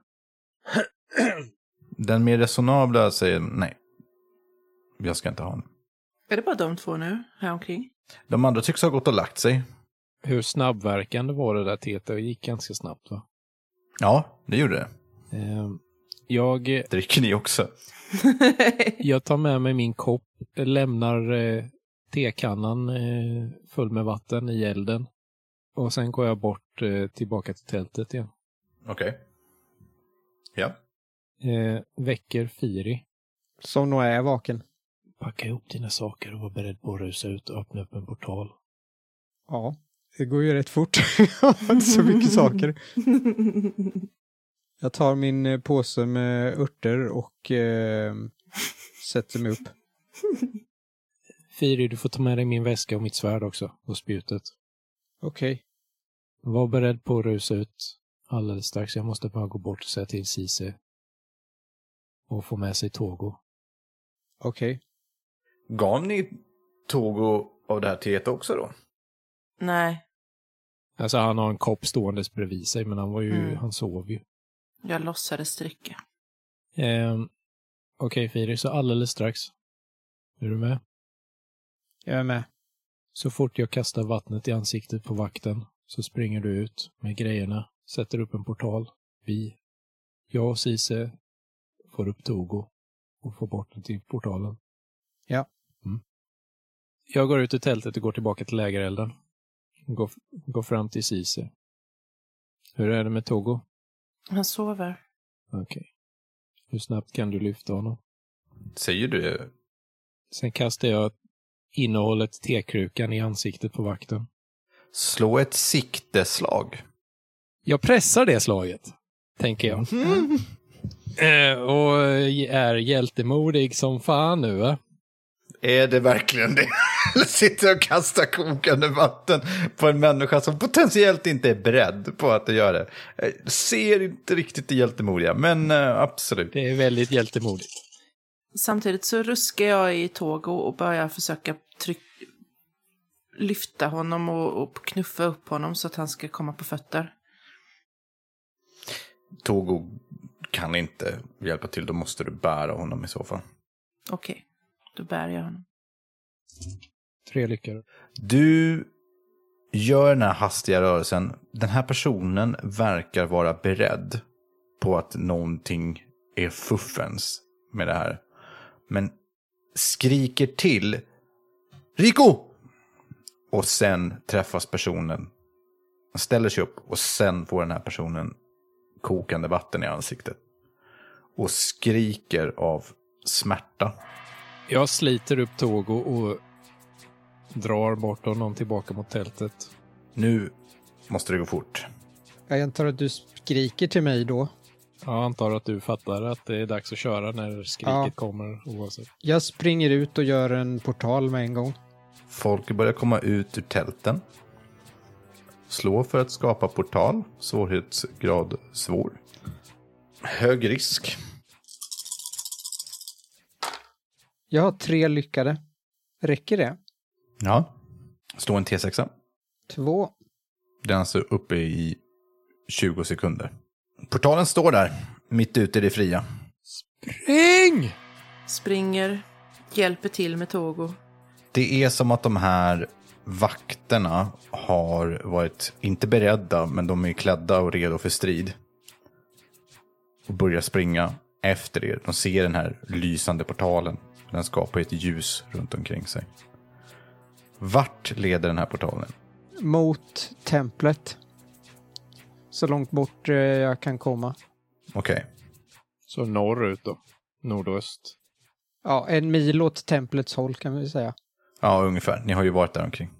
Den mer resonabla säger nej. Jag ska inte ha den. Är det bara de 2 nu här omkring? De andra tycks ha gått och lagt sig. Hur snabbverkande var det där teet? Det gick ganska snabbt, va? Ja, det gjorde det. Jag Dricker ni också? Jag tar med mig min kopp, lämnar tekannan full med vatten i elden. Och sen går jag bort tillbaka till tältet igen. Okej. Ja. Väcker Firi. Som nog är vaken. Packa ihop dina saker och var beredd på att rusa ut och öppna upp en portal. Ja, det går ju rätt fort. Jag har inte så mycket saker. Jag tar min påse med örter och sätter mig upp. Firi, du får ta med dig min väska och mitt svärd också. Och spjutet. Okej. Var beredd på att rusa ut alldeles strax. Jag måste bara gå bort och säga till Cise. Och få med sig Togo. Okej. Gav ni Togo av det här teet också då? Nej, Alltså han har en kopp ståendes bredvid sig. Men han sov ju. jag låtsades dricka. Okej, Firi, så alldeles strax. Är du med? Jag är med. Så fort jag kastar vattnet i ansiktet på vakten så springer du ut med grejerna, sätter upp en portal. Jag och Cise får upp Togo och får bort den till portalen. Ja. Jag går ut ur tältet och går tillbaka till lägerelden. Går fram till Cise. Hur är det med Togo? Han sover. Okej. Hur snabbt kan du lyfta honom? Säger du det? Sen kastar jag innehållet tekrukan i ansiktet på vakten. Slå ett sikteslag. Jag pressar det slaget, tänker jag. Och är hjältemodig som fan nu, va? Är det verkligen det? Eller sitter och kastar kokande vatten på en människa som potentiellt inte är beredd på att göra det? Jag ser inte riktigt det hjältemodiga, men absolut. Det är väldigt hjältemodigt. Samtidigt så ruskar jag i Togo och börjar försöka lyfta honom och knuffa upp honom så att han ska komma på fötter. Togo kan inte hjälpa till, då måste du bära honom i så fall. Okej, då bär jag honom. 3 lyckor. Du gör den här hastiga rörelsen. Den här personen verkar vara beredd på att någonting är fuffens med det här. Men skriker till Rico! Och sen träffas personen. Ställer sig upp och sen får den här personen kokande vatten i ansiktet. Och skriker av smärta. Jag sliter upp Togo och drar bort honom tillbaka mot tältet. Nu måste det gå fort. Jag antar att du skriker till mig då. Jag antar att du fattar att det är dags att köra när skriket kommer oavsett. Jag springer ut och gör en portal med en gång. Folk börjar komma ut ur tälten. Slå för att skapa portal. Svårighetsgrad svår. Hög risk. Jag har 3 lyckade. Räcker det? Ja. Slå en T6. 2. Den är alltså uppe i 20 sekunder. Portalen står där. Mitt ute i det fria. Spring! Springer hjälper till med Togo. Det är som att de här vakterna har varit, inte beredda, men de är klädda och redo för strid. Och börjar springa efter er. De ser den här lysande portalen. Den skapar ett ljus runt omkring sig. Vart leder den här portalen? Mot templet. Så långt bort jag kan komma. Okej. Så norrut då? Nordöst? Ja, 1 mil åt templets håll kan vi säga. Ja, ungefär. Ni har ju varit där omkring.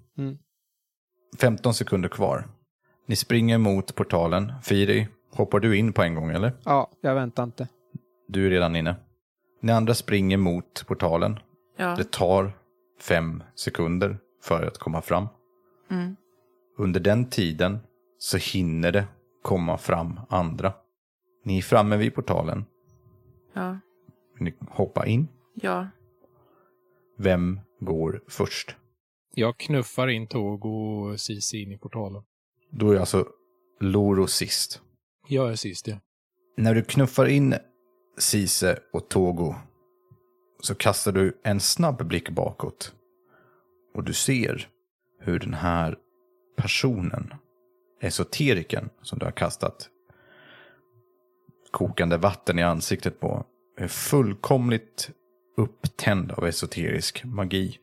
15 sekunder kvar. Ni springer mot portalen. Firi, hoppar du in på en gång eller? Ja, jag väntar inte. Du är redan inne. Ni andra springer mot portalen. Ja. Det tar 5 sekunder för att komma fram. Under den tiden så hinner det komma fram andra. Ni är framme vid portalen. Ja. Ni hoppar in. Ja. Vem går först? Jag knuffar in Togo och Cici in i portalen. Då är alltså Loro sist. Jag är sist, ja. När du knuffar in Cise och Togo så kastar du en snabb blick bakåt. Och du ser hur den här personen, esoteriken som du har kastat kokande vatten i ansiktet på, är fullkomligt upptänd av esoterisk magi.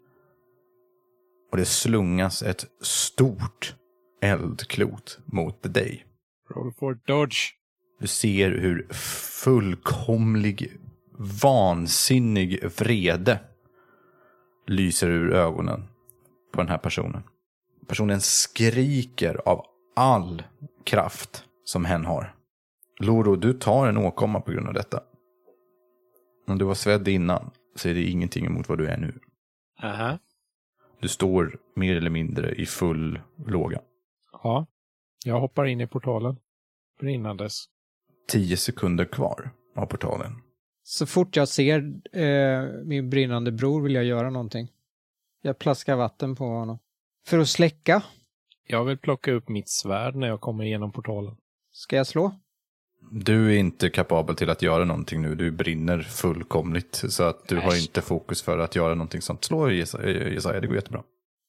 Och det slungas ett stort eldklot mot dig. Roll for dodge. Du ser hur fullkomlig, vansinnig vrede lyser ur ögonen på den här personen. Personen skriker av all kraft som hen har. Loro, du tar en åkomma på grund av detta. Om du var svedd innan så är det ingenting emot vad du är nu. Aha. Du står mer eller mindre i full låga. Ja, jag hoppar in i portalen. Brinnandes. 10 sekunder kvar av portalen. Så fort jag ser min brinnande bror vill jag göra någonting. Jag plaskar vatten på honom. För att släcka. Jag vill plocka upp mitt svärd när jag kommer igenom portalen. Ska jag slå? Du är inte kapabel till att göra någonting nu. Du brinner fullkomligt. Så att du har inte fokus för att göra någonting sånt. Slå Jesaja, det går jättebra.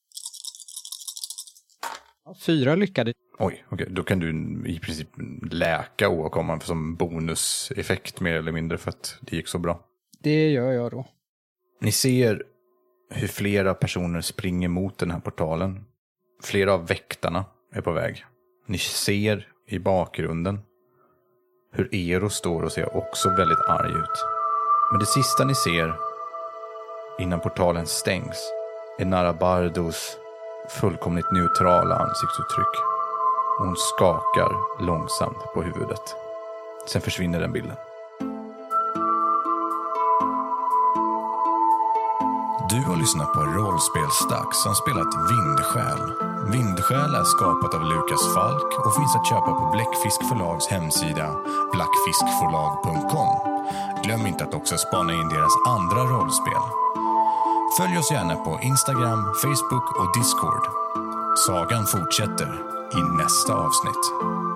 4 lyckade. Oj, okej. Då kan du i princip läka åkomman som bonuseffekt mer eller mindre för att det gick så bra. Det gör jag då. Ni ser hur flera personer springer mot den här portalen. Flera av väktarna är på väg. Ni ser i bakgrunden hur Ero står och ser också väldigt arg ut. Men det sista ni ser innan portalen stängs är Narabardos fullkomligt neutrala ansiktsuttryck. Hon skakar långsamt på huvudet. Sen försvinner den bilden. Du har lyssnat på Rollspelsdags som spelat Vindsjäl. Vindsjäl är skapat av Lukas Falk och finns att köpa på Bläckfisk förlags hemsida blackfiskförlag.com. Glöm inte att också spana in deras andra rollspel. Följ oss gärna på Instagram, Facebook och Discord. Sagan fortsätter i nästa avsnitt.